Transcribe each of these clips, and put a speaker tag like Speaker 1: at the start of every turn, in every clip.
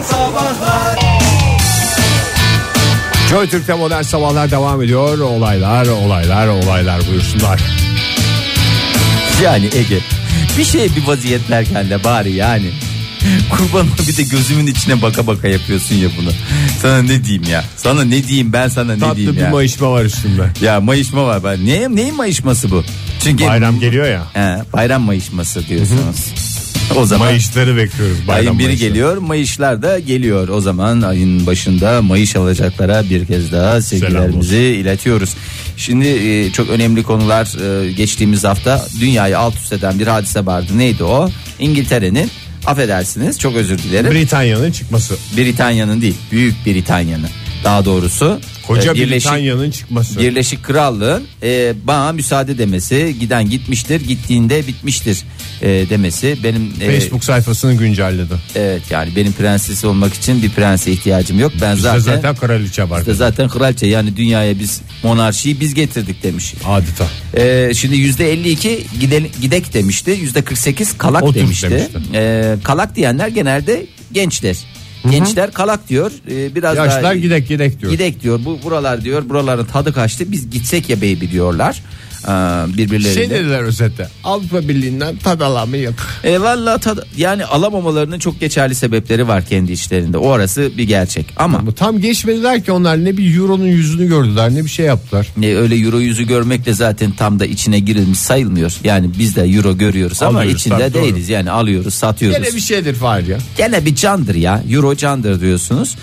Speaker 1: Sabahlar.
Speaker 2: Joy Türk'te modern sabahlar devam ediyor. Olaylar buyursunlar.
Speaker 3: Yani Ege, bir vaziyet derken de bari yani. Kurban bir de gözümün içine baka baka yapıyorsun ya bunu. Sana ne diyeyim ya? Sana ne diyeyim ben sana ne
Speaker 2: Tatlı
Speaker 3: diyeyim ya?
Speaker 2: Tatlı bir mayışma var üstünde.
Speaker 3: Ya mayışma var. Ben neyin mayışması bu? Çünkü
Speaker 2: bayram geliyor ya.
Speaker 3: Bayram mayışması diyorsunuz. O zaman
Speaker 2: mayışları bekliyoruz.
Speaker 3: Ayın biri geliyor, mayışlar da geliyor. O zaman ayın başında mayış alacaklara bir kez daha sevgilerimizi iletiyoruz. Şimdi çok önemli konular. Geçtiğimiz hafta dünyayı alt üst eden bir hadise vardı. Neydi o? İngiltere'nin, affedersiniz çok özür dilerim,
Speaker 2: Britanya'nın çıkması.
Speaker 3: Britanya'nın değil, Büyük Britanya'nın daha doğrusu.
Speaker 2: Koca Britanya'nın çıkması.
Speaker 3: Birleşik Krallığın bana müsaade demesi, giden gitmiştir, gittiğinde bitmiştir demesi. Benim
Speaker 2: Facebook sayfasını güncelledi.
Speaker 3: Evet, yani benim prensesi olmak için bir prense ihtiyacım yok. Ben
Speaker 2: zaten kraliçe var.
Speaker 3: Zaten kraliçe, yani dünyaya biz monarşiyi biz getirdik demiş.
Speaker 2: Adeta.
Speaker 3: Şimdi %52 gidek demişti. %48 kalak demişti. Kalak diyenler genelde gençler. Gençler kalak diyor. Biraz
Speaker 2: yaşlar
Speaker 3: daha
Speaker 2: gidek diyor.
Speaker 3: Gidek diyor. Buralar diyor. Buraların tadı kaçtı. Biz gitsek ya baby diyorlar. Birbirlerine.
Speaker 2: Dediler özette. Avrupa Birliği'nden tad alamayız.
Speaker 3: Vallahi yani alamamalarının çok geçerli sebepleri var kendi içlerinde. O arası bir gerçek. Ama
Speaker 2: tam geçmediler ki onlar, ne bir euronun yüzünü gördüler, ne bir şey yaptılar.
Speaker 3: Öyle euro yüzü görmekle zaten tam da içine girilmiş sayılmıyor. Yani biz de euro görüyoruz ama alıyoruz, içinde değiliz. Doğru. Yani alıyoruz, satıyoruz.
Speaker 2: Gene bir şeydir Fahir ya.
Speaker 3: Gene bir candır ya. Euro candır diyorsunuz.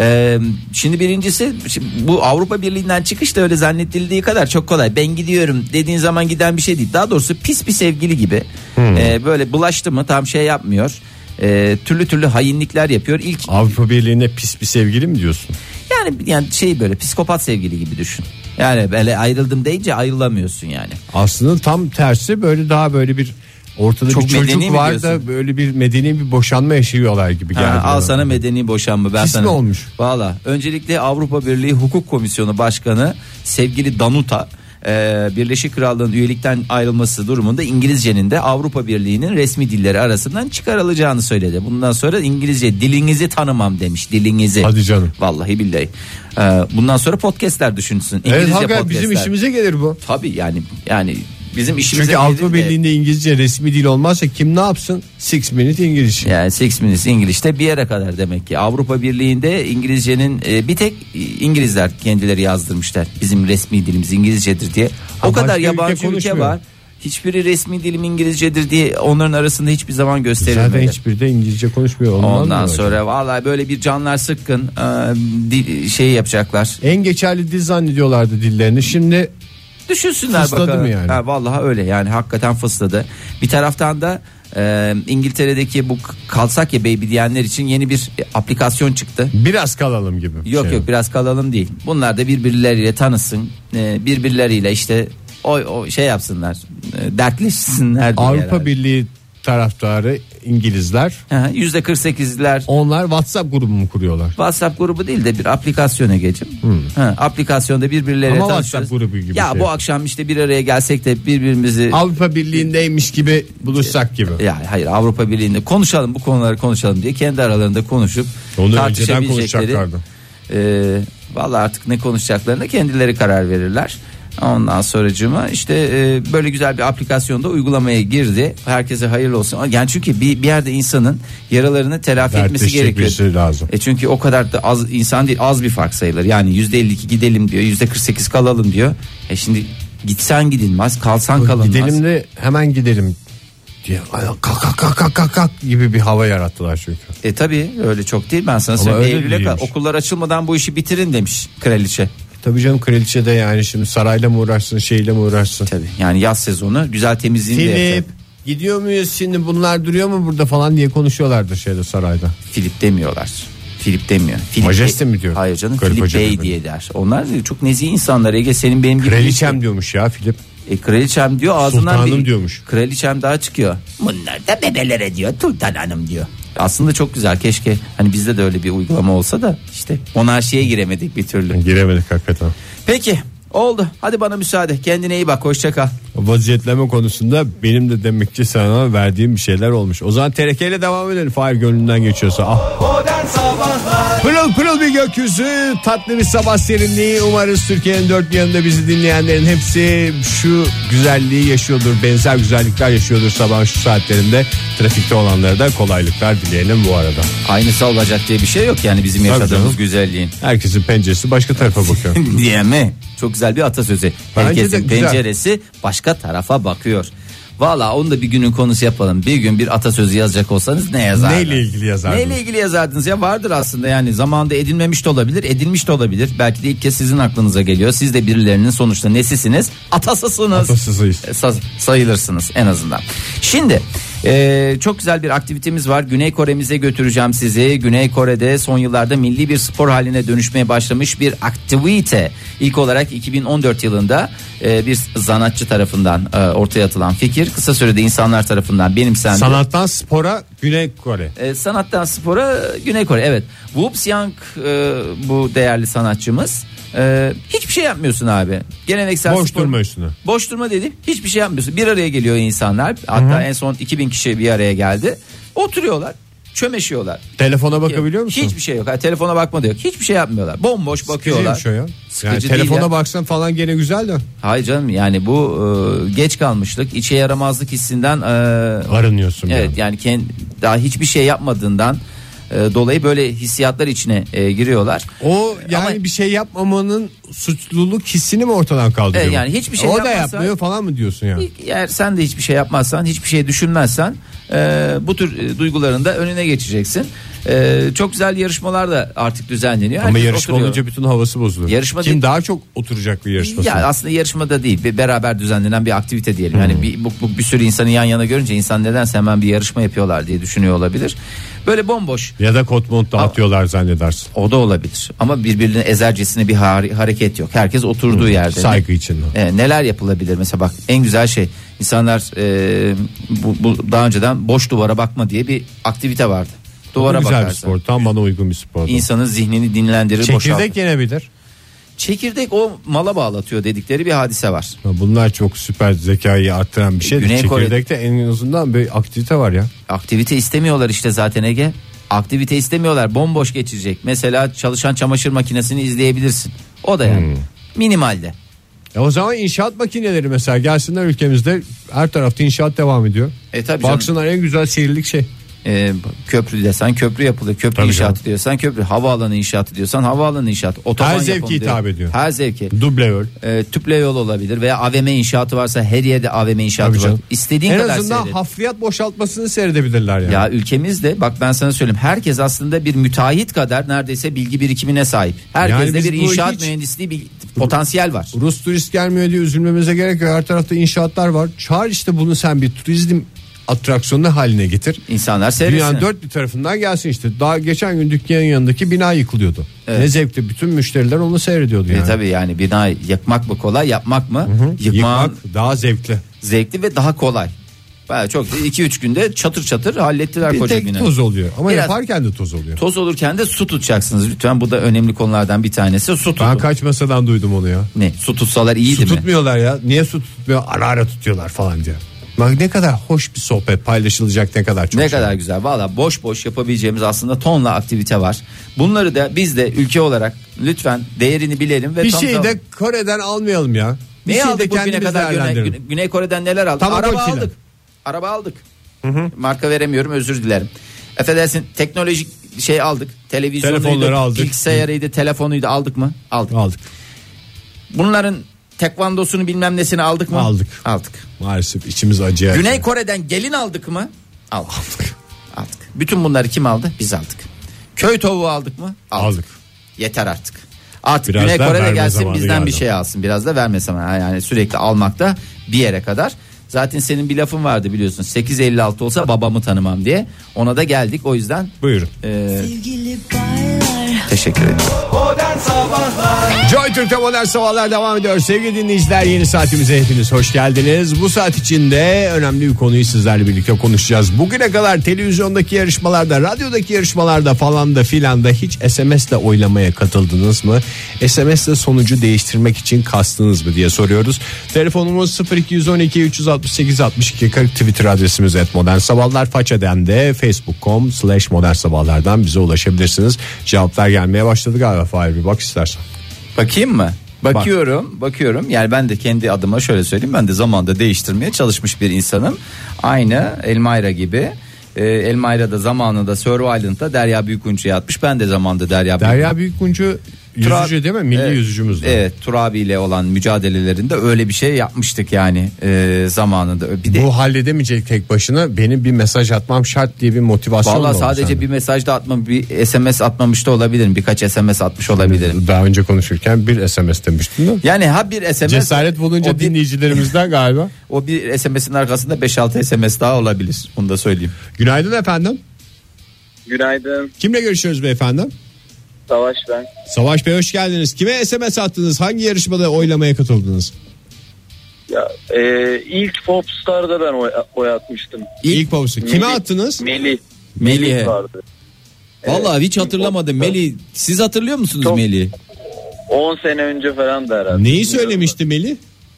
Speaker 3: Şimdi birincisi, bu Avrupa Birliği'nden çıkış da öyle zannedildiği kadar çok kolay. Ben gidiyorum dediğin zaman giden bir şey değil. Daha doğrusu pis bir sevgili gibi. Böyle bulaştı mı tam şey yapmıyor. Türlü hainlikler yapıyor.
Speaker 2: Avrupa Birliği'ne pis bir sevgili mi diyorsun?
Speaker 3: Yani şey, böyle psikopat sevgili gibi düşün. Yani böyle ayrıldım deyince ayrılamıyorsun yani.
Speaker 2: Aslında tam tersi, böyle daha böyle bir ortada çok bir çocuk var da böyle bir medeni bir boşanma yaşıyorlar gibi geldi.
Speaker 3: Al sana medeni boşanma. Ben
Speaker 2: pis
Speaker 3: sana
Speaker 2: mi olmuş?
Speaker 3: Valla öncelikle Avrupa Birliği Hukuk Komisyonu Başkanı sevgili Danuta, Birleşik Krallığın üyelikten ayrılması durumunda İngilizcenin de Avrupa Birliği'nin resmi dilleri arasından çıkarılacağını söyledi. Bundan sonra İngilizce dilinizi tanımam demiş, dilinizi.
Speaker 2: Hadi canım.
Speaker 3: Vallahi billahi. Bundan sonra podcastler düşünsün. İngilizce
Speaker 2: evet,
Speaker 3: podcastler.
Speaker 2: Bizim işimize gelir bu.
Speaker 3: Tabii yani bizim işimize.
Speaker 2: Çünkü Avrupa Birliği'nde İngilizce resmi dil olmazsa kim ne yapsın? 6 minute English.
Speaker 3: Yani 6 minutes English'te bir yere kadar demek ki. Avrupa Birliği'nde İngilizcenin bir tek İngilizler kendileri yazdırmışlar. Bizim resmi dilimiz İngilizcedir diye. O kadar yabancı ülke var. Hiçbiri resmi dilim İngilizcedir diye onların arasında hiçbir zaman gösterilmedi.
Speaker 2: Zaten hiçbiri de İngilizce konuşmuyor.
Speaker 3: Ondan sonra vallahi böyle bir canlar sıkkın şey yapacaklar.
Speaker 2: En geçerli dil zannediyorlardı dillerini. Şimdi
Speaker 3: düşünsünler bakalım.
Speaker 2: Yani?
Speaker 3: Vallahi öyle yani, hakikaten fısladı. Bir taraftan da İngiltere'deki bu kalsak ya baby diyenler için yeni bir aplikasyon çıktı.
Speaker 2: Biraz kalalım gibi.
Speaker 3: Yok biraz kalalım değil. Bunlar da birbirleriyle tanısın. Birbirleriyle işte o şey yapsınlar. Dertleşsinler diye.
Speaker 2: Avrupa
Speaker 3: herhalde.
Speaker 2: Birliği taraftarı İngilizler.
Speaker 3: %48'ler.
Speaker 2: Onlar WhatsApp grubu mu kuruyorlar?
Speaker 3: WhatsApp grubu değil de bir aplikasyona geçip. Aplikasyonda birbirleriyle tanışıyoruz.
Speaker 2: WhatsApp grubu gibi.
Speaker 3: Ya bu akşam işte bir araya gelsek de birbirimizi
Speaker 2: Avrupa Birliği'ndeymiş gibi buluşsak gibi.
Speaker 3: Ya hayır, Avrupa Birliği'nde konuşalım, bu konuları konuşalım diye kendi aralarında konuşup
Speaker 2: onu önceden konuşacaklardı.
Speaker 3: Vallahi artık ne konuşacaklarına kendileri karar verirler. Ondan sonracığıma işte böyle güzel bir aplikasyonda uygulamaya girdi. Herkese hayırlı olsun. Yani çünkü bir yerde insanın yaralarını telafi etmesi gerekiyor.
Speaker 2: Lazım.
Speaker 3: Çünkü o kadar da az insan değil, az bir fark sayılır. Yani %52 gidelim diyor, %48 kalalım diyor. Şimdi gitsen gidilmez, kalsan kalınmaz.
Speaker 2: Gidelim de hemen gidelim diye kalk gibi bir hava yarattılar çünkü.
Speaker 3: Tabii öyle çok değil, ben sana söyleyeyim. Eylül'e okullar açılmadan bu işi bitirin demiş kraliçe.
Speaker 2: Tabii canım, kraliçe de yani şimdi sarayla mı uğraşsın, şeyle mi uğraşsın?
Speaker 3: Tabii yani yaz sezonu güzel temizliğini de
Speaker 2: Filip gidiyor muyuz şimdi, bunlar duruyor mu burada falan diye konuşuyorlardır şeyde, sarayda.
Speaker 3: Filip demiyorlar. Filip demiyor.
Speaker 2: Majeste mi diyor?
Speaker 3: Hayır canım, Filip Bey diye der. Onlar çok nezih insanlar Ege, senin benim gibi.
Speaker 2: Kraliçem diyormuş ya Filip.
Speaker 3: Kraliçem diyor, ağzından
Speaker 2: Sultanım diyormuş.
Speaker 3: Kraliçem daha çıkıyor. Bunlar da bebelere diyor, Sultan Hanım diyor. Aslında çok güzel, keşke hani bizde de öyle bir uygulama olsa da işte monarşiye giremedik bir türlü.
Speaker 2: Giremedik hakikaten.
Speaker 3: Peki oldu, hadi bana müsaade, kendine iyi bak, hoşça kal.
Speaker 2: Vaziyetleme konusunda benim de demek ki sana verdiğim bir şeyler olmuş. O zaman TRK ile devam edelim. Fahir gönlünden geçiyorsa. Pırıl pırıl bir gökyüzü, tatlı bir sabah serinliği. Umarız Türkiye'nin dört bir yanında bizi dinleyenlerin hepsi şu güzelliği yaşıyordur, benzer güzellikler yaşıyordur sabah şu saatlerinde. Trafikte olanlara da kolaylıklar dileyelim bu arada.
Speaker 3: Aynısı olacak diye bir şey yok yani bizim yaşadığımız güzelliğin.
Speaker 2: Herkesin penceresi başka tarafa bakıyor.
Speaker 3: Diye mi? Çok güzel bir atasözü. Herkesin penceresi başka tarafa bakıyor. Valla onu da bir günün konusu yapalım. Bir gün bir atasözü yazacak olsanız ne yazardınız?
Speaker 2: Neyle ilgili yazardınız?
Speaker 3: Neyle ilgili yazardınız ya? Vardır aslında yani zamanında edinmemiş de olabilir, edilmiş de olabilir. Belki de ilk kez sizin aklınıza geliyor. Siz de birilerinin sonuçta nesisiniz? Atasısınız.
Speaker 2: Atasısıyız.
Speaker 3: Sayılırsınız en azından. Şimdi çok güzel bir aktivitemiz var. Güney Kore'mize götüreceğim sizi. Güney Kore'de son yıllarda milli bir spor haline dönüşmeye başlamış bir aktivite. İlk olarak 2014 yılında bir sanatçı tarafından ortaya atılan fikir kısa sürede insanlar tarafından benimsendi.
Speaker 2: Sanattan spora Güney Kore.
Speaker 3: Sanattan spora Güney Kore, evet. Woo Seong bu değerli sanatçımız. Hiçbir şey yapmıyorsun abi. Geleneksel
Speaker 2: boş
Speaker 3: spor.
Speaker 2: Durma üstüne.
Speaker 3: Boş durma dedim. Hiçbir şey yapmıyorsun. Bir araya geliyor insanlar. Hatta en son 2000 kişi bir araya geldi. Oturuyorlar. Çömeşiyorlar.
Speaker 2: Telefona bakabiliyor musun?
Speaker 3: Hiçbir şey yok. Yani telefona bakma da yok. Hiçbir şey yapmıyorlar. Bomboş bakıyorlar.
Speaker 2: Şey ya.
Speaker 3: Sıkıcı
Speaker 2: yani telefona
Speaker 3: değil
Speaker 2: baksan falan gene güzel de.
Speaker 3: Hayır canım yani bu geç kalmışlık, işe yaramazlık hissinden
Speaker 2: arınıyorsun.
Speaker 3: Evet yani daha hiçbir şey yapmadığından dolayı böyle hissiyatlar içine giriyorlar.
Speaker 2: O yani ama bir şey yapmamanın suçluluk hissini mi ortadan kaldırıyor?
Speaker 3: Yani hiçbir şey
Speaker 2: o
Speaker 3: yapmazsan,
Speaker 2: da yapmıyor falan mı diyorsun ya?
Speaker 3: Eğer sen de hiçbir şey yapmazsan, hiçbir şey düşünmezsen bu tür duyguların da önüne geçeceksin. Çok güzel yarışmalar da artık düzenleniyor.
Speaker 2: Ama
Speaker 3: herkes
Speaker 2: yarışma
Speaker 3: oturuyor.
Speaker 2: olunca bütün havası bozuluyor.
Speaker 3: Yarışma
Speaker 2: Kim
Speaker 3: değil,
Speaker 2: daha çok oturacak bir yarışması?
Speaker 3: Ya aslında yarışmada değil, bir beraber düzenlenen bir aktivite diyelim. Yani bir sürü insanı yan yana görünce insan nedense hemen bir yarışma yapıyorlar diye düşünüyor olabilir. Böyle bomboş.
Speaker 2: Ya da kot mont dağıtıyorlar zannedersin.
Speaker 3: O da olabilir. Ama birbirine ezercesine bir hareket yok. Herkes oturduğu yerde.
Speaker 2: Saygı için.
Speaker 3: Neler yapılabilir mesela, bak en güzel şey. İnsanlar bu daha önceden boş duvara bakma diye bir aktivite vardı. Duvara
Speaker 2: güzel
Speaker 3: bakarsan.
Speaker 2: bir spor. Tam bana uygun bir spor.
Speaker 3: İnsanın zihnini dinlendirir, boşaltır.
Speaker 2: Çekirdek yenebilir.
Speaker 3: Çekirdek o mala bağlatıyor dedikleri bir hadise var.
Speaker 2: Bunlar çok süper zekayı arttıran bir şey. Çekirdekte en azından bir aktivite var ya.
Speaker 3: Aktivite istemiyorlar işte zaten Ege. Aktivite istemiyorlar. Bomboş geçecek. Mesela çalışan çamaşır makinesini izleyebilirsin. O da yani minimalde.
Speaker 2: O zaman inşaat makineleri mesela gelsinler ülkemizde, her tarafta inşaat devam ediyor.
Speaker 3: Tabii
Speaker 2: baksınlar canım. En güzel seyirlik şey.
Speaker 3: Köprü desen köprü yapılıyor. Köprü
Speaker 2: tabii
Speaker 3: inşaatı
Speaker 2: canım.
Speaker 3: diyorsan köprü. Havaalanı inşaatı diyorsan havaalanı inşaatı. Otoban
Speaker 2: her zevki hitap ediyor.
Speaker 3: Her zevki.
Speaker 2: Duble yol.
Speaker 3: Tüple yol olabilir veya AVM inşaatı varsa her yerde AVM inşaatı var. İstediğin kadar
Speaker 2: en azından
Speaker 3: seyret.
Speaker 2: Hafriyat boşaltmasını seyredebilirler yani.
Speaker 3: Ya ülkemizde bak ben sana söyleyeyim, herkes aslında bir müteahhit kadar neredeyse bilgi birikimine sahip. Herkeste
Speaker 2: yani
Speaker 3: bir inşaat mühendisliği bir potansiyel var.
Speaker 2: Rus turist gelmiyor diye üzülmemize gerek yok. Her tarafta inşaatlar var. Çağır işte bunu sen bir turizm atraksiyonu haline getir.
Speaker 3: İnsanlar seyretsin.
Speaker 2: Dünyanın dört bir tarafından gelsin işte. Daha geçen gün dükkanın yanındaki bina yıkılıyordu. Evet. Ne zevkli, bütün müşteriler onu seyrediyordu yani.
Speaker 3: Tabii yani bina yakmak mı kolay, yapmak mı?
Speaker 2: Yıkmak daha zevkli.
Speaker 3: Zevkli ve daha kolay. Bayağı çok 2-3 günde çatır çatır hallettiler koca bina.
Speaker 2: Bir tek toz oluyor ama
Speaker 3: biraz
Speaker 2: yaparken de toz oluyor.
Speaker 3: Toz olurken de su tutacaksınız lütfen, bu da önemli konulardan bir tanesi. Su tutun.
Speaker 2: Ben kaç masadan duydum onu ya.
Speaker 3: Ne, su tutsalar iyiydi mi?
Speaker 2: Su tutmuyorlar ya, niye su tutmuyor, ara ara tutuyorlar falan diye. Bak ne kadar hoş bir sohbet, paylaşılacak ne kadar çok
Speaker 3: ne
Speaker 2: şey.
Speaker 3: kadar güzel. Valla boş boş yapabileceğimiz aslında tonla aktivite var. Bunları da biz de ülke olarak lütfen değerini bilelim ve
Speaker 2: bir şeyi de Kore'den almayalım ya. Bir
Speaker 3: neyi
Speaker 2: şey
Speaker 3: aldık
Speaker 2: de
Speaker 3: bugüne
Speaker 2: kendimiz
Speaker 3: kadar
Speaker 2: değerlendirelim.
Speaker 3: Güney Kore'den neler aldık? Araba aldık. Marka veremiyorum, özür dilerim. Affedersin, teknolojik şey aldık.
Speaker 2: Telefonları aldık.
Speaker 3: Bilgisayarıydı, telefonuydu, aldık mı? Aldık. Bunların tekvandosunu bilmem nesini aldık mı? Aldık.
Speaker 2: Maalesef içimiz acıyor.
Speaker 3: Güney Kore'den gelin aldık mı? Aldık. Bütün bunları kim aldı? Biz aldık. Köy tavuğu aldık mı? Aldık. Yeter artık. Artık biraz Güney Kore'de gelsin bizden geldi. Bir şey alsın. Biraz da vermesem yani sürekli almakta bir yere kadar. Zaten senin bir lafın vardı biliyorsun. 8.56 olsa babamı tanımam diye. Ona da geldik o yüzden.
Speaker 2: Buyurun.
Speaker 1: Sevgili baylar,
Speaker 3: Teşekkür ederim.
Speaker 2: Joy Türk'te Modern Sabahlar devam ediyor. Sevgili dinleyiciler, yeni saatimize hepiniz hoş geldiniz. Bu saat içinde önemli bir konuyu sizlerle birlikte konuşacağız. Bugüne kadar televizyondaki yarışmalarda, radyodaki yarışmalarda falan da filan da hiç SMS'le oylamaya katıldınız mı? SMS'le sonucu değiştirmek için kastınız mı diye soruyoruz. Telefonumuz 0212 368 62 40, Twitter adresimiz @modernsabahlar, Façeden de facebook.com/modernsabahlardan bize ulaşabilirsiniz. Cevaplar gelmeye başladı galiba. Fahir, bir bak istersen.
Speaker 3: Bakayım mı? Bakıyorum. Yani ben de kendi adıma şöyle söyleyeyim. Ben de zamanda değiştirmeye çalışmış bir insanım. Aynı Elmayra gibi. Elmayra da zamanında Survival Island'da Derya Büyükuncu'ya atmış. Ben de zamanında Derya Büyükuncu
Speaker 2: yüzücü değil mi? Milli yüzücümüzdü.
Speaker 3: Evet, Turabi ile olan mücadelelerinde öyle bir şey yapmıştık yani zamanında. Bir de,
Speaker 2: bu halledemeyecek tek başına, benim bir mesaj atmam şart diye bir motivasyon oldu.
Speaker 3: Valla sadece
Speaker 2: sende.
Speaker 3: bir mesaj da atmam, bir SMS atmamış da olabilirim. Birkaç SMS atmış olabilirim.
Speaker 2: Daha önce konuşurken bir SMS demiştin de.
Speaker 3: Yani bir SMS.
Speaker 2: Cesaret bulunca dinleyicilerimizden galiba.
Speaker 3: O bir SMS'in arkasında 5-6 SMS daha olabilir. Onu da söyleyeyim.
Speaker 2: Günaydın efendim.
Speaker 1: Günaydın.
Speaker 2: Kimle görüşüyoruz beyefendi?
Speaker 1: Savaş ben.
Speaker 2: Savaş Bey, hoş geldiniz. Kime SMS attınız? Hangi yarışmada oylamaya katıldınız?
Speaker 1: Ya ilk Popstar'da ben oy atmıştım.
Speaker 2: İlk Popstar. Kime attınız?
Speaker 3: Melih
Speaker 1: vardı.
Speaker 3: Vallahi hiç hatırlamadım. Melih, siz hatırlıyor musunuz
Speaker 1: Çok,
Speaker 3: Melih?
Speaker 1: 10 sene önce falan da herhalde.
Speaker 2: Neyi söylemişti Melih?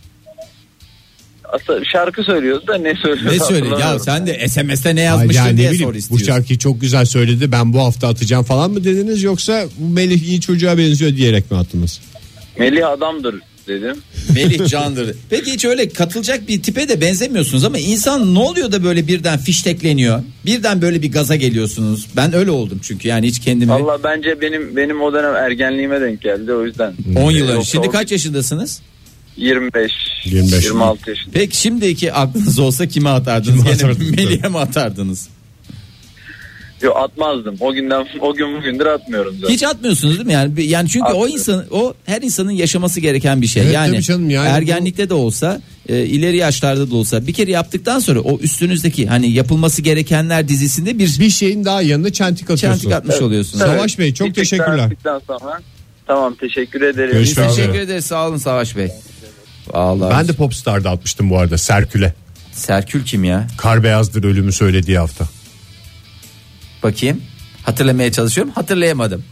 Speaker 1: Aslında şarkı söylüyordu da ne söylüyordu?
Speaker 3: Ne söyle? Ya sen de SMS'te ne yazmıştın diye sor
Speaker 2: bu
Speaker 3: istiyorsun.
Speaker 2: şarkıyı çok güzel söyledi, ben bu hafta atacağım falan mı dediniz, yoksa bu Melih iyi çocuğa benziyor diyerek mi attınız?
Speaker 1: Melih adamdır dedim.
Speaker 3: Melih candır. Peki hiç öyle katılacak bir tipe de benzemiyorsunuz ama insan ne oluyor da böyle birden fiştekleniyor? Birden böyle bir gaza geliyorsunuz. Ben öyle oldum çünkü, yani hiç kendimi...
Speaker 1: Valla bence benim o dönem ergenliğime denk geldi, o yüzden.
Speaker 3: 10 yıl önce. Şimdi kaç yaşındasınız?
Speaker 1: 25 26 yaşında.
Speaker 3: Peki şimdiki aklınız olsa kime atardınız? Melih'e mi atardınız?
Speaker 1: Yok, atmazdım. O gün bugündür atmıyorum zaten.
Speaker 3: Hiç atmıyorsunuz değil mi? Yani çünkü o her insanın yaşaması gereken bir şey.
Speaker 2: Evet,
Speaker 3: yani
Speaker 2: canım,
Speaker 3: ergenlikte de olsa, ileri yaşlarda da olsa bir kere yaptıktan sonra o üstünüzdeki hani yapılması gerekenler dizisinde bir
Speaker 2: şeyin daha yanına çentik atıyorsun.
Speaker 3: çentik atmış oluyorsunuz.
Speaker 2: Evet. Savaş Bey, çok teşekkürler.
Speaker 1: Sonra, tamam, teşekkür ederim.
Speaker 2: Görüşmek üzere.
Speaker 3: Teşekkür ederiz, sağ olun Savaş Bey. Vallahi.
Speaker 2: Ben de Popstar'da atmıştım bu arada, Serkül'e.
Speaker 3: Serkül kim ya?
Speaker 2: Kar beyazdır ölümü söylediği hafta.
Speaker 3: Bakayım. Hatırlamaya çalışıyorum. Hatırlayamadım.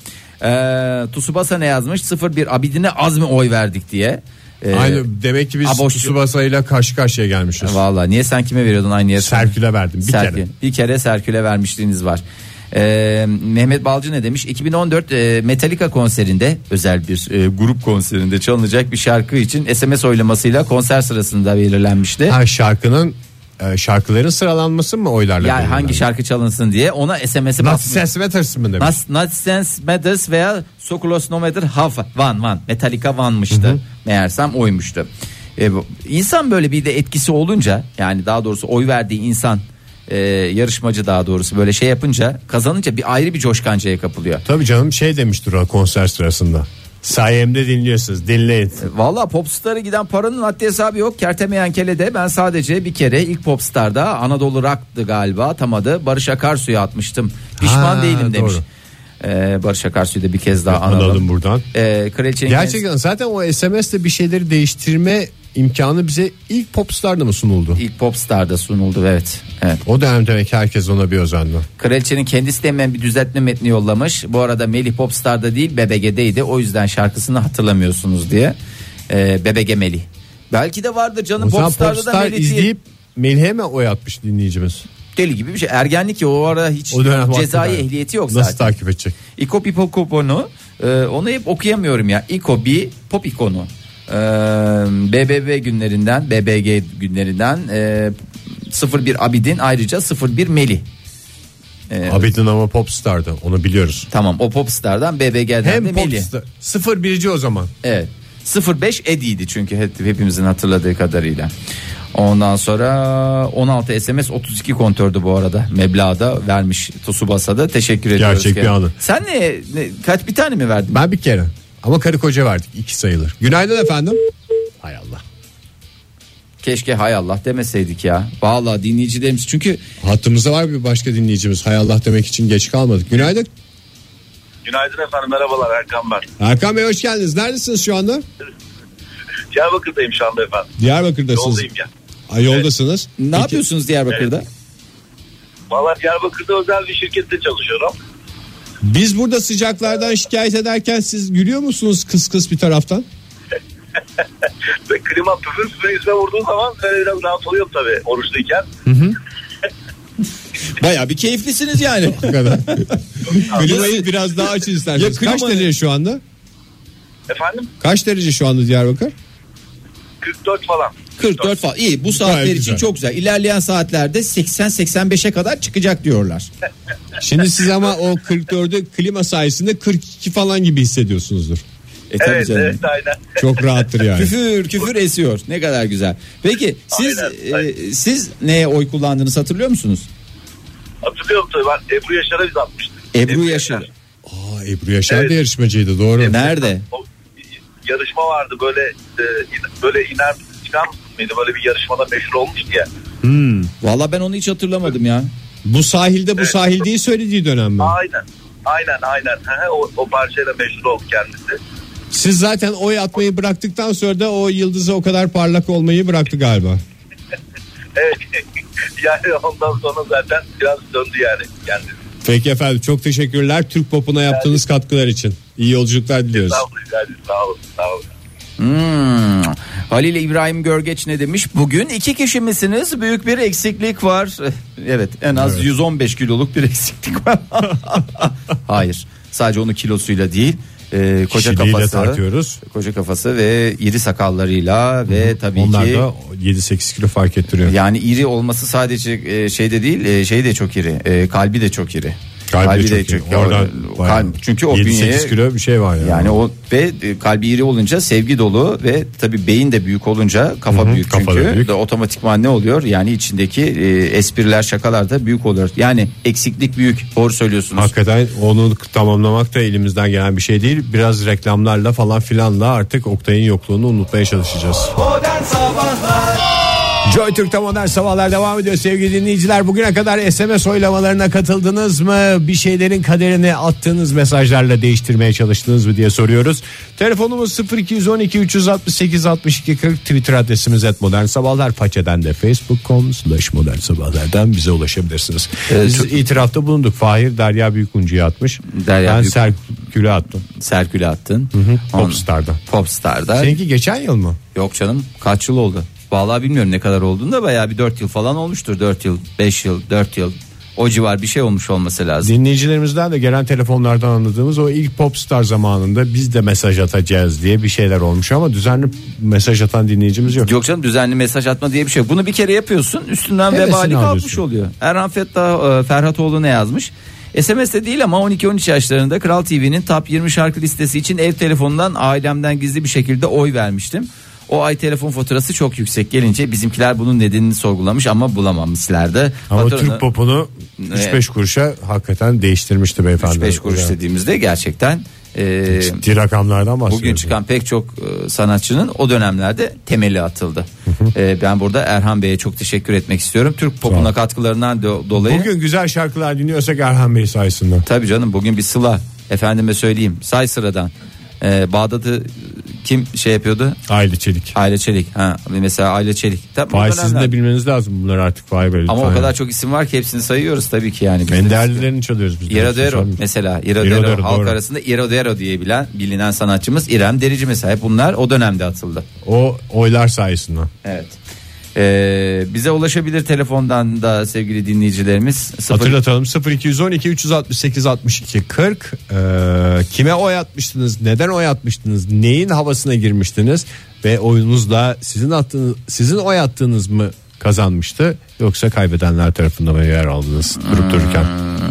Speaker 3: Tsubasa ne yazmış? 01 Abidin'e az mı oy verdik diye.
Speaker 2: Aynı, demek ki biz Tsubasa ile karşı karşıya gelmişiz.
Speaker 3: Vallahi niye, sen kime veriyordun aynı yere?
Speaker 2: Serkül'e verdim kere.
Speaker 3: Bir kere Serkül'e vermişliğiniz var. Mehmet Balcı ne demiş? 2014 Metallica konserinde, özel bir grup konserinde çalınacak bir şarkı için SMS oylamasıyla konser sırasında belirlenmişti.
Speaker 2: Şarkıların sıralanması mı oylarla?
Speaker 3: Yani hangi şarkı çalınsın diye ona SMS'i basmış.
Speaker 2: Not Sense Matters mı demiş?
Speaker 3: Not Sense Matters veya So Close No Matter How One. Metallica One'mıştı. Meğersem oymuştu. İnsan böyle bir de etkisi olunca, yani daha doğrusu oy verdiği insan, yarışmacı daha doğrusu böyle şey yapınca, kazanınca bir ayrı bir coşkancaya kapılıyor.
Speaker 2: Tabii canım, demiştir o konser sırasında. Sayemde dinliyorsunuz, dinleyin.
Speaker 3: Valla Popstar'a giden paranın haddi hesabı yok. Kertemeyen Kele'de ben sadece bir kere ilk Popstar'da Anadolu Rock'tı galiba, atamadı. Barış Akarsu'ya atmıştım. Pişman değilim demiş. Barış Akarsu'yu da bir kez daha analım
Speaker 2: buradan. Gerçekten zaten o SMS'te bir şeyleri değiştirme imkanı bize ilk Popstar'da mı sunuldu?
Speaker 3: İlk Popstar'da sunuldu, evet.
Speaker 2: O dönem demek ki herkes ona bir özendi.
Speaker 3: Kraliçenin kendisi de hemen bir düzeltme metni yollamış. Bu arada Melih Popstar'da değil, BBG'deydi. O yüzden şarkısını hatırlamıyorsunuz diye. BBG Melih. Belki de vardır canım, Popstar'da da Melih
Speaker 2: izleyip Melih'e mi oy atmış dinleyicimiz?
Speaker 3: Deli gibi bir şey. Ergenlik ya, o arada hiç cezai ehliyeti yok zaten.
Speaker 2: Nasıl takip edecek?
Speaker 3: İkopi Popikonu, onu hep okuyamıyorum ya. İkopi Popikonu. BBG günlerinden 01 Abidin, ayrıca 01 Melih.
Speaker 2: Abidin ama Popstar'da, onu biliyoruz.
Speaker 3: Tamam, o Popstar'dan, BBG'den
Speaker 2: hem
Speaker 3: de Melih.
Speaker 2: 01'ci o zaman.
Speaker 3: Evet. 05 Edi'ydi çünkü hepimizin hatırladığı kadarıyla. Ondan sonra 16 SMS 32 kontördü bu arada. Meblağda vermiş Tsubasa'da. Teşekkür ediyoruz.
Speaker 2: Gerçek bir anı.
Speaker 3: Sen kaç, bir tane mi verdin?
Speaker 2: Ben bir kere. Ama karı koca verdik, 2 sayılır. Günaydın efendim. Hay Allah.
Speaker 3: Keşke hay Allah demeseydik ya. Vallahi dinleyicilerimiz, çünkü
Speaker 2: hattımızda var bir başka dinleyicimiz. Hay Allah demek için geç kalmadık. Günaydın.
Speaker 1: Günaydın efendim, merhabalar, Erkan ben.
Speaker 2: Erkan Bey hoş geldiniz. Neredesiniz şu anda?
Speaker 1: Diyarbakır'dayım şu anda efendim.
Speaker 2: Diyarbakır'dasınız.
Speaker 1: Yoldayım ya.
Speaker 2: Yoldasınız.
Speaker 3: Ne yapıyorsunuz Diyarbakır'da?
Speaker 1: Valla Diyarbakır'da özel bir şirkette çalışıyorum.
Speaker 2: Biz burada sıcaklardan şikayet ederken siz gülüyor musunuz kıs kıs bir taraftan?
Speaker 1: Ve klima püfür yüzüme vurduğu zaman biraz rahat oluyorum tabii oruçluyken.
Speaker 3: Bayağı bir keyiflisiniz yani.
Speaker 2: Klimayı biraz daha açın isterseniz. Kaç derece şu anda?
Speaker 1: Efendim?
Speaker 2: Kaç derece şu anda Diyarbakır?
Speaker 1: 44 falan.
Speaker 3: 44 falan. İyi, bu saatler
Speaker 2: Gayet
Speaker 3: için
Speaker 2: güzel.
Speaker 3: çok güzel. İlerleyen saatlerde 80-85'e kadar çıkacak diyorlar.
Speaker 2: Şimdi siz ama o 44'ü klima sayesinde 42 falan gibi hissediyorsunuzdur.
Speaker 3: Tabii
Speaker 1: Evet,
Speaker 3: canım.
Speaker 1: evet, aynen.
Speaker 2: Çok rahattır yani.
Speaker 3: Küfür esiyor. Ne kadar güzel. Peki siz
Speaker 1: Aynen.
Speaker 3: siz neye oy kullandığınızı hatırlıyor musunuz?
Speaker 1: Hatırlıyorum tabii, ben Ebru Yaşar'a biz atmıştık.
Speaker 3: Ebru Yaşar.
Speaker 2: Ebru Yaşar da yarışmacıydı, doğru.
Speaker 3: Nerede?
Speaker 1: O yarışma vardı böyle iner çıkan mıydı, böyle bir yarışmada meşhur olmuştu ya.
Speaker 3: Vallahi ben onu hiç hatırlamadım ya.
Speaker 2: Bu sahilde bu sahil diye söylediği dönem mi?
Speaker 1: Aynen. O parçayla meşhur oldu kendisi.
Speaker 2: Siz zaten oy atmayı bıraktıktan sonra da o yıldızı o kadar parlak olmayı bıraktı galiba.
Speaker 1: Evet. Yani ondan sonra zaten biraz döndü yani kendisi.
Speaker 2: Peki efendim, çok teşekkürler Türk popuna yaptığınız katkılar için. İyi yolculuklar diliyoruz.
Speaker 1: Sağ olun.
Speaker 3: Halil İbrahim Görgeç ne demiş? Bugün 2 kişi misiniz? Büyük bir eksiklik var. Evet, en az 115 kiloluk bir eksiklik var. Hayır, sadece onun kilosuyla değil. Koca
Speaker 2: Kişiliğiyle
Speaker 3: kafası,
Speaker 2: tartıyoruz.
Speaker 3: koca kafası ve iri sakallarıyla ve tabii
Speaker 2: Onlar
Speaker 3: ki
Speaker 2: da 7-8 kilo fark ettiriyor.
Speaker 3: yani iri olması sadece şeyde değil, şey de çok iri, kalbi de çok iri.
Speaker 2: Kalbi de çok iyi. Oradan
Speaker 3: çünkü o
Speaker 2: 7-8
Speaker 3: bünyeye
Speaker 2: kilo bir şey var
Speaker 3: yani o ve kalbi iri olunca sevgi dolu ve tabii beyin de büyük olunca kafa büyük,
Speaker 2: kafa
Speaker 3: çünkü
Speaker 2: da büyük.
Speaker 3: da otomatikman ne oluyor? Yani içindeki espriler, şakalar da büyük oluyor. Yani eksiklik büyük. Doğru söylüyorsunuz.
Speaker 2: Hakikaten onu tamamlamak da elimizden gelen bir şey değil. Biraz reklamlarla falan filanla artık Oktay'ın yokluğunu unutmaya çalışacağız. Joy Türk'te modern sabahlar devam ediyor sevgili dinleyiciler. Bugüne kadar SMS oylamalarına katıldınız mı? Bir şeylerin kaderini attığınız mesajlarla değiştirmeye çalıştınız mı diye soruyoruz. Telefonumuz 0212 368 62 40, Twitter adresimiz @modernsabahlar, façeden de facebook.com/modernsabahlardan bize ulaşabilirsiniz. Biz itirafta bulunduk. Fahir Derya Büyükuncu'ya atmış. Ben Serkül'e attım.
Speaker 3: Serkül'e attın.
Speaker 2: Popstar'da.
Speaker 3: Popstar'da.
Speaker 2: Seninki geçen yıl mı?
Speaker 3: Yok canım, kaç yıl oldu? Vallahi bilmiyorum ne kadar olduğunu da bayağı bir 4 yıl falan olmuştur. 4 yıl, 5 yıl, 4 yıl. O civar bir şey olmuş olması lazım.
Speaker 2: Dinleyicilerimizden de gelen telefonlardan anladığımız o ilk Popstar zamanında biz de mesaj atacağız diye bir şeyler olmuş ama düzenli mesaj atan dinleyicimiz yok.
Speaker 3: Yok canım, düzenli mesaj atma diye bir şey yok. Bunu bir kere yapıyorsun, üstünden vebali kalkmış oluyor. Erhan Ferhatoğlu ne yazmış? SMS'te değil ama 12-13 yaşlarında Kral TV'nin Top 20 şarkı listesi için ev telefonundan ailemden gizli bir şekilde oy vermiştim. O ay telefon faturası çok yüksek gelince bizimkiler bunun nedenini sorgulamış ama bulamamışlardı.
Speaker 2: Ama Türk popunu 3-5 kuruşa hakikaten değiştirmişti beyefendi.
Speaker 3: 3-5 kuruş dediğimizde gerçekten
Speaker 2: ciddi rakamlardan bahsediyoruz.
Speaker 3: Bugün çıkan pek çok sanatçının o dönemlerde temeli atıldı. Ben burada Erhan Bey'e çok teşekkür etmek istiyorum. Türk popuna katkılarından dolayı.
Speaker 2: Bugün güzel şarkılar dinliyorsak Erhan Bey sayesinde.
Speaker 3: Tabii canım, bugün bir sıla. Efendime söyleyeyim, say sıradan. Bağdat'ı kim şey yapıyordu?
Speaker 2: Aile Çelik.
Speaker 3: Aile Çelik. Ha, mesela Aile Çelik.
Speaker 2: Fahir, sizin de bilmeniz lazım bunları artık Fahir Bey.
Speaker 3: Ama o kadar çok isim var ki hepsini sayıyoruz tabii ki yani.
Speaker 2: En değerlilerini çalıyoruz biz.
Speaker 3: Irodero mesela. Irodero halk arasında Irodero diye bilinen sanatçımız İrem Derici mesela. Hep bunlar o dönemde atıldı.
Speaker 2: O oylar sayesinde.
Speaker 3: Evet. Bize ulaşabilir telefondan da sevgili dinleyicilerimiz.
Speaker 2: Hatırlatalım, 0212 368 62 40. Kime oy atmıştınız, neden oy atmıştınız, neyin havasına girmiştiniz ve oyunuzla sizin oy attığınız mı kazanmıştı yoksa kaybedenler tarafından mı yer aldınız durup dururken?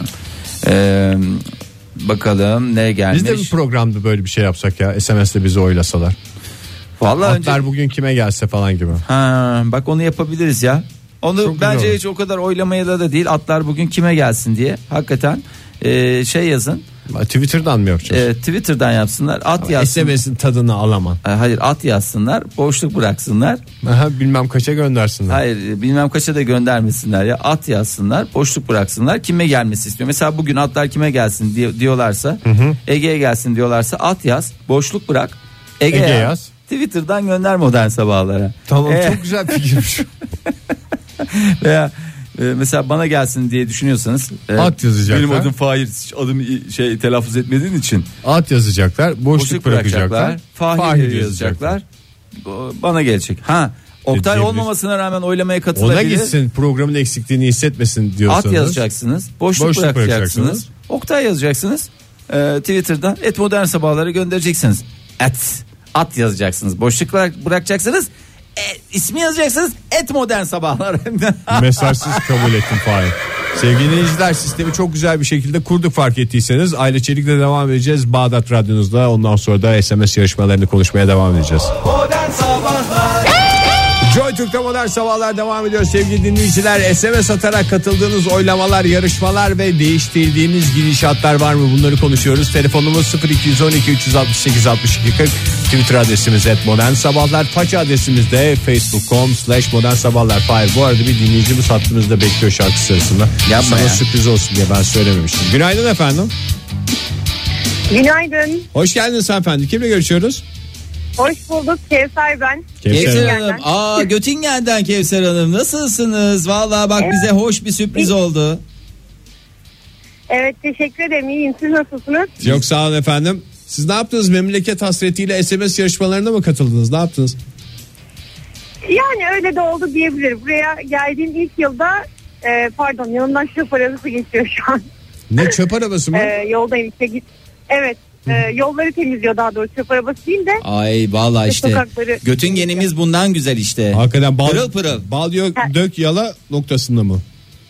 Speaker 3: Bakalım ne gelmiş.
Speaker 2: Biz de bir programda böyle bir şey yapsak ya, SMS'te bizi oylasalar.
Speaker 3: Vallahi
Speaker 2: Atlar bugün kime gelse falan gibi.
Speaker 3: Bak onu yapabiliriz ya. Onu
Speaker 2: Çok
Speaker 3: bence
Speaker 2: güzel.
Speaker 3: hiç o kadar oylamaya da değil. Atlar bugün kime gelsin diye. Hakikaten şey yazın.
Speaker 2: Twitter'dan mı yapacağız?
Speaker 3: Twitter'dan yapsınlar. At yazsınlar.
Speaker 2: SMS'in tadını alamam.
Speaker 3: Hayır, at yazsınlar. Boşluk bıraksınlar.
Speaker 2: Aha, bilmem kaça göndersinler.
Speaker 3: Hayır, bilmem kaça da göndermesinler ya. At yazsınlar. Boşluk bıraksınlar. Kime gelmesi istiyor? Mesela bugün atlar kime gelsin diyorlarsa, Ege'ye gelsin diyorlarsa at yaz. Boşluk bırak. Ege yaz. Twitter'dan gönder Modern Sabahlara.
Speaker 2: Tamam, çok güzel fikirmiş.
Speaker 3: Veya mesela bana gelsin diye düşünüyorsanız
Speaker 2: at yazacaklar.
Speaker 3: Benim adım Fahir, adımı telaffuz etmediğin için
Speaker 2: at yazacaklar, boşluk bırakacaklar.
Speaker 3: Fahir yazacaklar. Bana gelecek. Oktay olmamasına rağmen oylamaya katılabilir.
Speaker 2: Ona gitsin, programın eksikliğini hissetmesin diyorsanız.
Speaker 3: At yazacaksınız. Boşluk bırakacaksınız. Oktay yazacaksınız. Twitter'dan @modern sabahları göndereceksiniz. At yazacaksınız. Boşluk bırakacaksınız. İsmi yazacaksınız @modern sabahlar.
Speaker 2: Mesajsız kabul ettim Fahir. Sevgili dinleyiciler, sistemi çok güzel bir şekilde kurduk, fark ettiyseniz. Aile Çelik'le devam edeceğiz. Bağdat Radyonuzda, ondan sonra da SMS yarışmalarını konuşmaya devam edeceğiz.
Speaker 3: Modern sabahlar.
Speaker 2: Joy Türk'te Modern Sabahlar devam ediyor sevgili dinleyiciler. SMS atarak katıldığınız oylamalar, yarışmalar ve değiştirdiğiniz gidişatlar var mı? Bunları konuşuyoruz. Telefonumuz 0212 368 62 40. Twitter adresimiz @modern sabahlar. Faça adresimiz de facebook.com/modern sabahlar. Hayır, bu arada bir dinleyicimiz hattımızda bekliyor şarkı sırasında. Sana sürpriz olsun diye ben söylememiştim. Günaydın efendim.
Speaker 4: Günaydın.
Speaker 2: Hoş geldiniz efendim. Kimle görüşüyoruz?
Speaker 4: Hoş bulduk. Kevser ben.
Speaker 3: Kevser Hanım. Göttingen'den Kevser Hanım. Nasılsınız? Vallahi bak, bize hoş bir sürpriz oldu.
Speaker 4: Evet, teşekkür ederim. İyiyim. Siz nasılsınız?
Speaker 2: Yok, sağ olun efendim. Siz ne yaptınız? Memleket hasretiyle SMS yarışmalarına mı katıldınız? Ne yaptınız?
Speaker 4: Yani öyle de oldu diyebilirim. Buraya geldiğim ilk yılda yanımdan çöp arabası geçiyor şu an.
Speaker 2: Ne, çöp arabası mı?
Speaker 4: Yoldayım işte. Evet. Yolları temizliyor, daha doğrusu çöp arabası değil de.
Speaker 3: Ay vallahi işte
Speaker 4: sokakları...
Speaker 3: Göttingen'imiz bundan güzel işte.
Speaker 2: Hakikaten
Speaker 3: pırıl pırıl.
Speaker 2: Bal dök yala noktasında mı?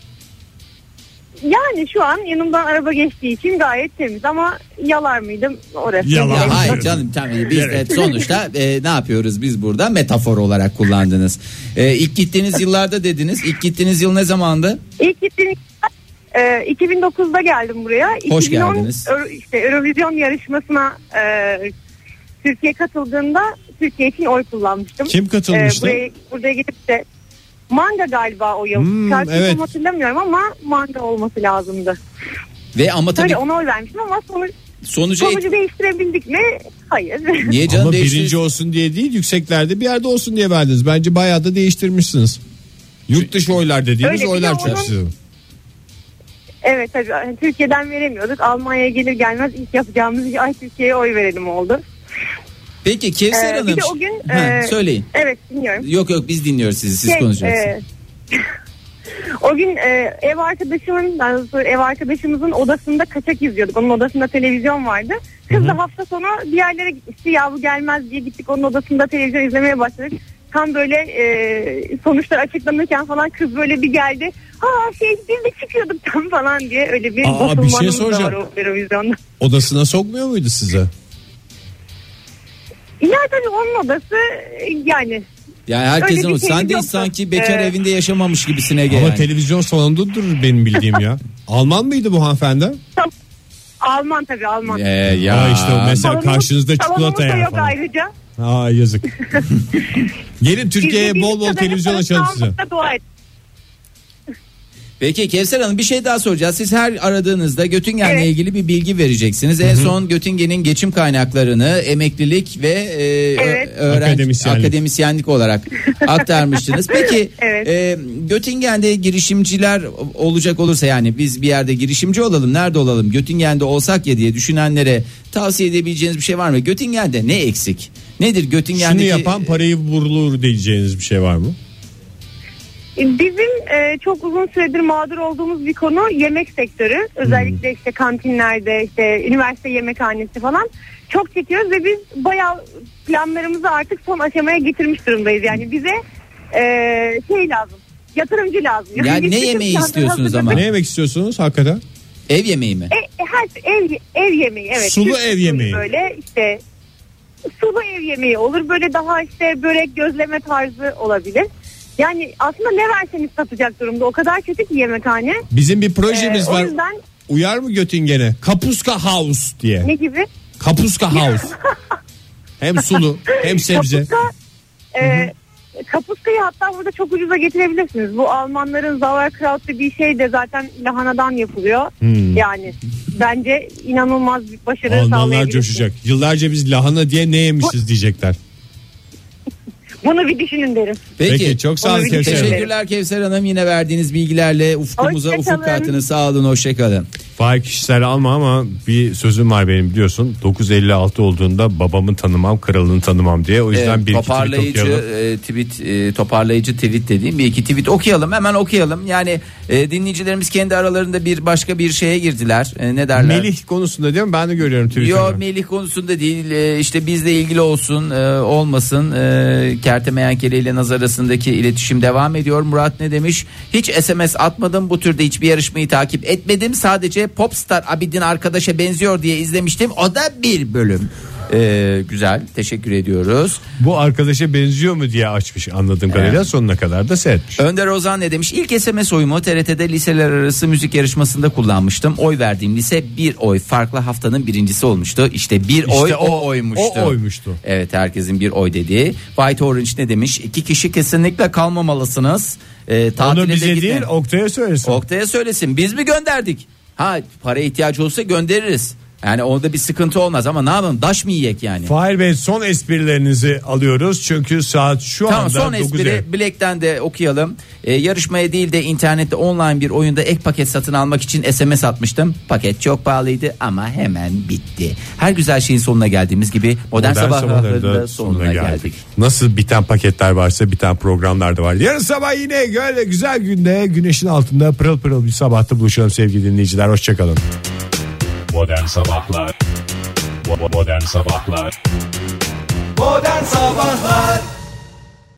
Speaker 4: Yani şu an yanımdan araba geçtiği için gayet temiz, ama yalar mıydım orası?
Speaker 2: Yalan.
Speaker 3: Hayır canım, tabii biz de sonuçta ne yapıyoruz biz burada, metafor olarak kullandınız. İlk gittiğiniz yıllarda dediniz. İlk gittiğiniz yıl ne zamandı?
Speaker 4: İlk gittiğiniz 2009'da geldim buraya.
Speaker 3: Hoş
Speaker 4: 2010
Speaker 3: geldiniz.
Speaker 4: Eurovision yarışmasına Türkiye katıldığında Türkiye için oy kullanmıştım.
Speaker 2: Kim katılmıştı?
Speaker 4: Buraya gidip de Manga galiba o yıl. Şarkıyı
Speaker 2: evet.
Speaker 4: hatırlamıyorum ama Manga olması lazımdı.
Speaker 3: Ve ama tabii
Speaker 4: ona oy vermiştim ama sonucu değiştirebildik mi? Hayır.
Speaker 3: Niye canım,
Speaker 2: ama birinci olsun diye değil, yükseklerde bir yerde olsun diye verdiniz. Bence bayağı da değiştirmişsiniz. Yurt dışı oylar dediğimiz oylar çok sizin.
Speaker 4: Evet tabii, Türkiye'den veremiyorduk. Almanya'ya gelir gelmez ilk yapacağımız iş Türkiye'ye oy verelim oldu.
Speaker 3: Peki Kevser Hanım.
Speaker 4: Bir de o gün
Speaker 3: söyleyin.
Speaker 4: Evet, dinliyorum.
Speaker 3: Yok biz dinliyoruz sizi. Siz konuşacaksınız.
Speaker 4: O gün ev arkadaşımızın odasında kaçak izliyorduk. Onun odasında televizyon vardı. Kız da hafta sonu bir yerlere gitmişti. Ya bu gelmez diye gittik, onun odasında televizyon izlemeye başladık. Tam böyle sonuçlar açıklanırken falan kız böyle bir geldi. Biz de çıkıyorduk tam falan diye, öyle bir
Speaker 2: basılmanımız
Speaker 4: da var o televizyonda.
Speaker 2: Odasına sokmuyor muydu size?
Speaker 4: Ya tabii onun odası yani.
Speaker 3: Yani herkesin
Speaker 4: sen
Speaker 3: de sanki bekar evinde yaşamamış gibisin Ege.
Speaker 2: Ama
Speaker 3: yani.
Speaker 2: televizyon salonunda durur benim bildiğim ya. Alman mıydı bu hanımefendi?
Speaker 4: Alman tabii, Alman.
Speaker 2: İşte o mesela karşınızda çikolata yer
Speaker 4: yok
Speaker 2: falan.
Speaker 4: Ayrıca.
Speaker 2: Yazık. Gelin Türkiye'ye bol bol televizyon açalım size.
Speaker 3: Peki Kevser Hanım, bir şey daha soracağız. Siz her aradığınızda Göttingen'le ilgili bir bilgi vereceksiniz. En son Göttingen'in geçim kaynaklarını emeklilik ve akademisyenlik olarak aktarmıştınız. Peki Göttingen'de girişimciler olacak olursa, yani biz bir yerde girişimci olalım, nerede olalım, Göttingen'de olsak ya diye düşünenlere tavsiye edebileceğiniz bir şey var mı? Göttingen'de ne eksik? Nedir Göttingen'deki?
Speaker 2: Şunu yapan parayı vurulur diyeceğiniz bir şey var mı?
Speaker 4: Bizim çok uzun süredir mağdur olduğumuz bir konu yemek sektörü. Özellikle işte kantinlerde, işte üniversite yemekhanesi falan çok çekiyoruz ve biz bayağı planlarımızı artık son aşamaya getirmiş durumdayız. Yani bize lazım, yatırımcı lazım.
Speaker 3: Yani ne yemeği istiyorsunuz ama?
Speaker 2: Ne yemek istiyorsunuz hakikaten?
Speaker 3: Ev yemeği mi?
Speaker 4: Ev yemeği, evet.
Speaker 2: Sulu ev yemeği.
Speaker 4: Böyle işte sulu ev yemeği olur. Böyle daha işte börek, gözleme tarzı olabilir. Yani aslında ne verseniz satacak durumda. O kadar kötü ki yemekhane.
Speaker 2: Bizim bir projemiz
Speaker 4: O
Speaker 2: var.
Speaker 4: yüzden
Speaker 2: Uyar mı Göttingen'e? Kapuska House diye.
Speaker 4: ne gibi?
Speaker 2: Kapuska House. Hem sulu hem sebze.
Speaker 4: Kapuskayı hatta burada çok ucuza getirebilirsiniz. Bu Almanların Sauerkraut bir şey de zaten lahanadan yapılıyor. Yani bence inanılmaz bir başarı
Speaker 2: Almanlar
Speaker 4: sağlayabilirsiniz.
Speaker 2: coşacak. Yıllarca biz lahana diye ne yemişiz diyecekler.
Speaker 4: Bunu bir düşünün derim.
Speaker 2: Peki çok sağ olun
Speaker 4: Onu bir
Speaker 2: Kevser Hanım.
Speaker 3: Teşekkürler Kevser Hanım, yine verdiğiniz bilgilerle ufkumuza
Speaker 4: Hoşça
Speaker 3: ufuk
Speaker 4: kalın.
Speaker 3: kattınız. Sağ olun, hoşçakalın.
Speaker 2: Fahir kişileri alma ama bir sözüm var benim biliyorsun. 956 olduğunda babamın tanımam, kralını tanımam diye. O yüzden bir iki
Speaker 3: toparlayıcı tweet dediğim bir iki tweet okuyalım, hemen okuyalım. Yani dinleyicilerimiz kendi aralarında bir başka bir şeye girdiler. Ne derler?
Speaker 2: Melih konusunda değil mi? Ben de görüyorum Twitter'da.
Speaker 3: Yok, Melih konusunda değil. İşte bizle ilgili olsun olmasın. Kertemeyen Kele ile Naz arasındaki iletişim devam ediyor. Murat ne demiş? Hiç SMS atmadım. Bu türde hiçbir yarışmayı takip etmedim. Sadece Popstar Abidin arkadaşa benziyor diye izlemiştim. O da bir bölüm. Güzel, teşekkür ediyoruz.
Speaker 2: Bu arkadaşa benziyor mu diye açmış anladığım kadarıyla, sonuna kadar da seyretmiş.
Speaker 3: Önder Ozan ne demiş? İlk SMS oyumu TRT'de liseler arası müzik yarışmasında kullanmıştım. Oy verdiğim lise bir oy farklı haftanın birincisi olmuştu. İşte bir oy o oymuştu.
Speaker 2: O oymuştu.
Speaker 3: Evet, herkesin bir oy dediği. White Orange ne demiş? 2 kişi kesinlikle kalmamalısınız.
Speaker 2: Onu bize değil Oktay'a söylesin.
Speaker 3: Oktay'a söylesin. Biz mi gönderdik? Ha, para ihtiyacı olsa göndeririz. Yani orada bir sıkıntı olmaz ama ne yapalım, daş mı yiyek yani?
Speaker 2: Fahir Bey, son esprilerinizi alıyoruz çünkü saat şu
Speaker 3: tamam,
Speaker 2: anda
Speaker 3: son espri
Speaker 2: 9'e.
Speaker 3: Black'ten de okuyalım. Yarışmaya değil de internette online bir oyunda ek paket satın almak için SMS atmıştım. Paket çok pahalıydı ama hemen bitti. Her güzel şeyin sonuna geldiğimiz gibi modern sabahların da sonuna geldik.
Speaker 2: Nasıl biten paketler varsa biten programlar da var. Yarın sabah yine böyle güzel günde güneşin altında pırıl pırıl bir sabahta buluşalım sevgili dinleyiciler. Hoşçakalın.
Speaker 5: Modern Sabahlar. Modern Sabahlar.
Speaker 6: Modern Sabahlar